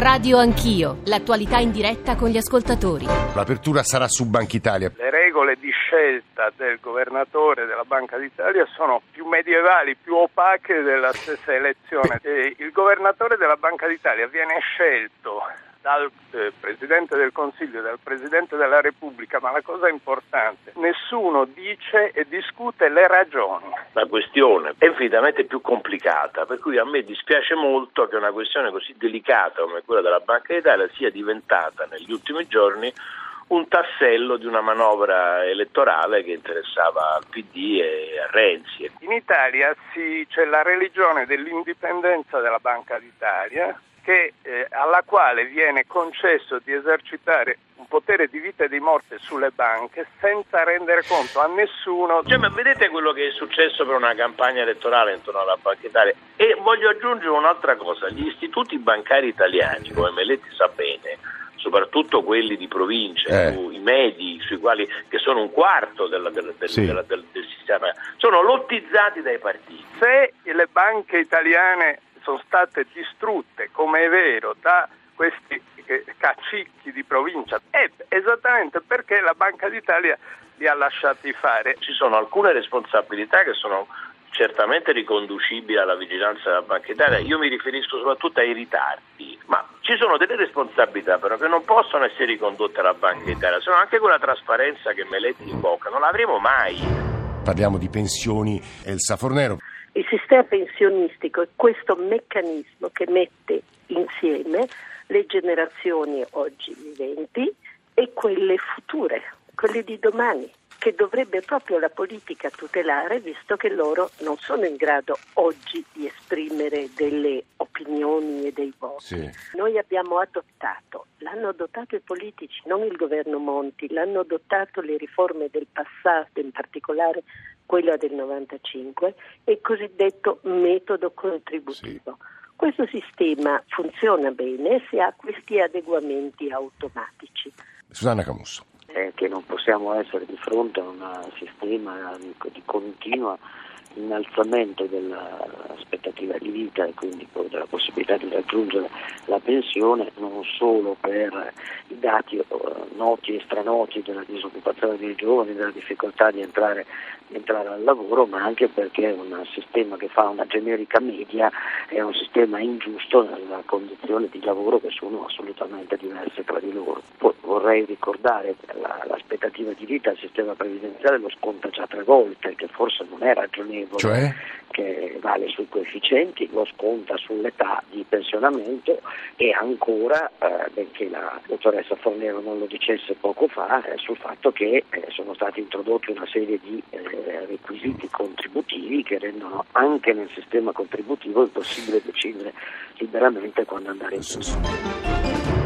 Radio Anch'io, l'attualità in diretta con gli ascoltatori. L'apertura sarà su Banca Italia. Le regole di scelta del governatore della Banca d'Italia sono più medievali, più opache della stessa elezione. Il governatore della Banca d'Italia viene scelto dal Presidente del Consiglio, dal Presidente della Repubblica, ma la cosa importante, nessuno dice e discute le ragioni. La questione è infinitamente più complicata, per cui a me dispiace molto che una questione così delicata come quella della Banca d'Italia sia diventata negli ultimi giorni un tassello di una manovra elettorale che interessava al PD e a Renzi. In Italia c'è la religione dell'indipendenza della Banca d'Italia, alla quale viene concesso di esercitare un potere di vita e di morte sulle banche senza rendere conto a nessuno. Ma vedete quello che è successo per una campagna elettorale intorno alla Banca d'Italia? E voglio aggiungere un'altra cosa: gli istituti bancari italiani, come Meletti sa bene, soprattutto quelli di provincia, i medi, che sono un quarto del sistema, sono lottizzati dai partiti. Se le banche italiane sono state distrutte, come è vero, da questi cacicchi di provincia, è esattamente perché la Banca d'Italia li ha lasciati fare. Ci sono alcune responsabilità che sono certamente riconducibili alla vigilanza della Banca d'Italia. Io mi riferisco soprattutto ai ritardi, ma ci sono delle responsabilità però che non possono essere ricondotte alla Banca d'Italia, se no anche quella trasparenza che Meletti invoca non l'avremo mai. Parliamo di pensioni, Elsa Fornero. Il sistema pensionistico è questo meccanismo che mette insieme le generazioni oggi viventi e quelle future, quelle di domani, che dovrebbe proprio la politica tutelare, visto che loro non sono in grado oggi di esprimere delle opinioni e dei voti. Sì. Noi l'hanno adottato i politici, non il governo Monti, l'hanno adottato le riforme del passato, in particolare quella del 95, e il cosiddetto metodo contributivo. Sì. Questo sistema funziona bene se ha questi adeguamenti automatici. Susanna Camusso. Che non possiamo essere di fronte a un sistema di continuo innalzamento dell'aspettativa di vita e quindi poi della possibilità di raggiungere la pensione, non solo per i dati noti e stranoti della disoccupazione dei giovani, della difficoltà di entrare al lavoro, ma anche perché un sistema che fa una generica media è un sistema ingiusto nella condizione di lavoro che sono assolutamente diverse tra di loro. Poi vorrei ricordare che l'aspettativa di vita al sistema previdenziale lo sconta già 3 volte, che forse non è ragionevole. Cioè? Che vale sui coefficienti, lo sconta sull'età di pensionamento e ancora, benché la dottoressa Fornero non lo dicesse poco fa, sul fatto che sono stati introdotti una serie di requisiti contributivi che rendono anche nel sistema contributivo impossibile decidere liberamente quando andare in pensione.